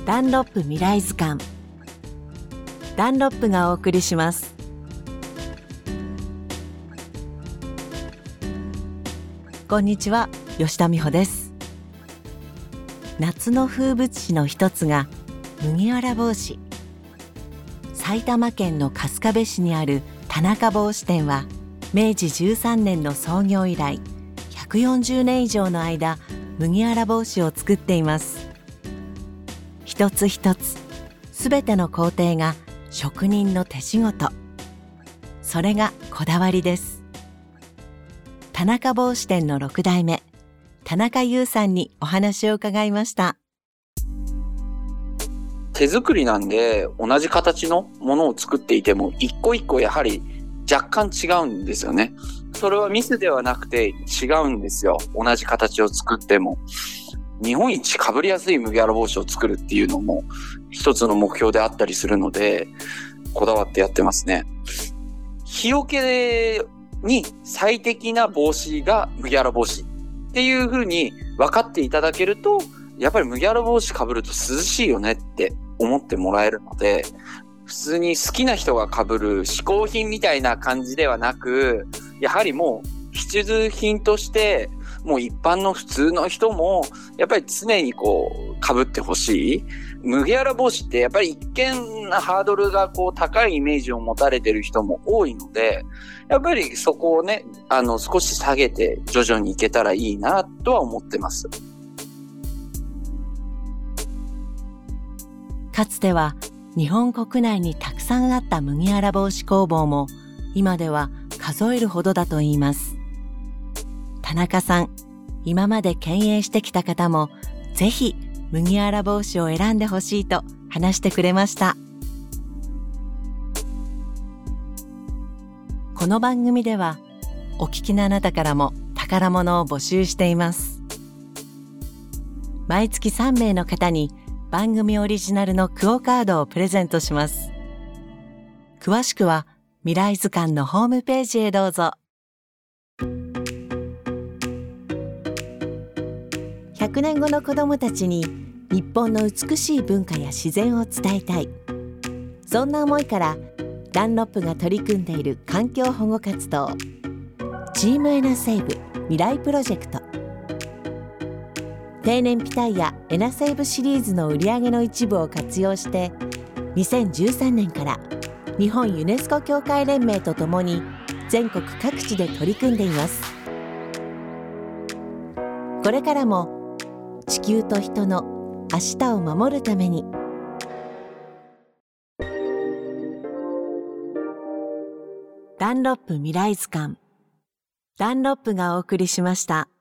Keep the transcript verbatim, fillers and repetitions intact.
ダンロップ未来図鑑。ダンロップがお送りします。こんにちは、吉田美穂です。夏の風物詩の一つが麦わら帽子。埼玉県の春日部市にある田中帽子店は、明治じゅうさんねんの創業以来ひゃくよんじゅうねん以上の間、麦わら帽子を作っています。一つ一つ、すべての工程が職人の手仕事。それがこだわりです。田中帽子店のろくだいめ、田中優さんにお話を伺いました。 手作りなんで、同じ形のものを作っていても、一個一個やはり若干違うんですよね。それはミスではなくて違うんですよ。同じ形を作っても。日本一被りやすい麦わら帽子を作るっていうのも一つの目標であったりするので、こだわってやってますね。日よけに最適な帽子が麦わら帽子っていう風に分かっていただけると、やっぱり麦わら帽子被ると涼しいよねって思ってもらえるので、普通に好きな人が被る嗜好品みたいな感じではなく、やはりもう必需品としてもう一般の普通の人もやっぱり常にこう被ってほしい。麦わら帽子ってやっぱり一見ハードルがこう高いイメージを持たれてる人も多いので、やっぱりそこをね、あの少し下げて徐々にいけたらいいなとは思ってます。 かつては日本国内にたくさんあった麦わら帽子工房も今では数えるほどだといいます。田中さん、今まで経営してきた方もぜひ麦わら帽子を選んでほしいと話してくれました。この番組ではお聞きのあなたからも宝物を募集しています。毎月さんめいの方に番組オリジナルのクオカードをプレゼントします。詳しくは未来図鑑のホームページへどうぞ。ひゃくねんごの子どもたちに日本の美しい文化や自然を伝えたい。そんな思いからダンロップが取り組んでいる環境保護活動、チームエナセーブ未来プロジェクト。低燃費タイヤエナセーブシリーズの売り上げの一部を活用して、にせんじゅうさんねんから日本ユネスコ協会連盟とともに全国各地で取り組んでいます。これからも地球と人の明日を守るために。ダンロップ未来図鑑。ダンロップがお送りしました。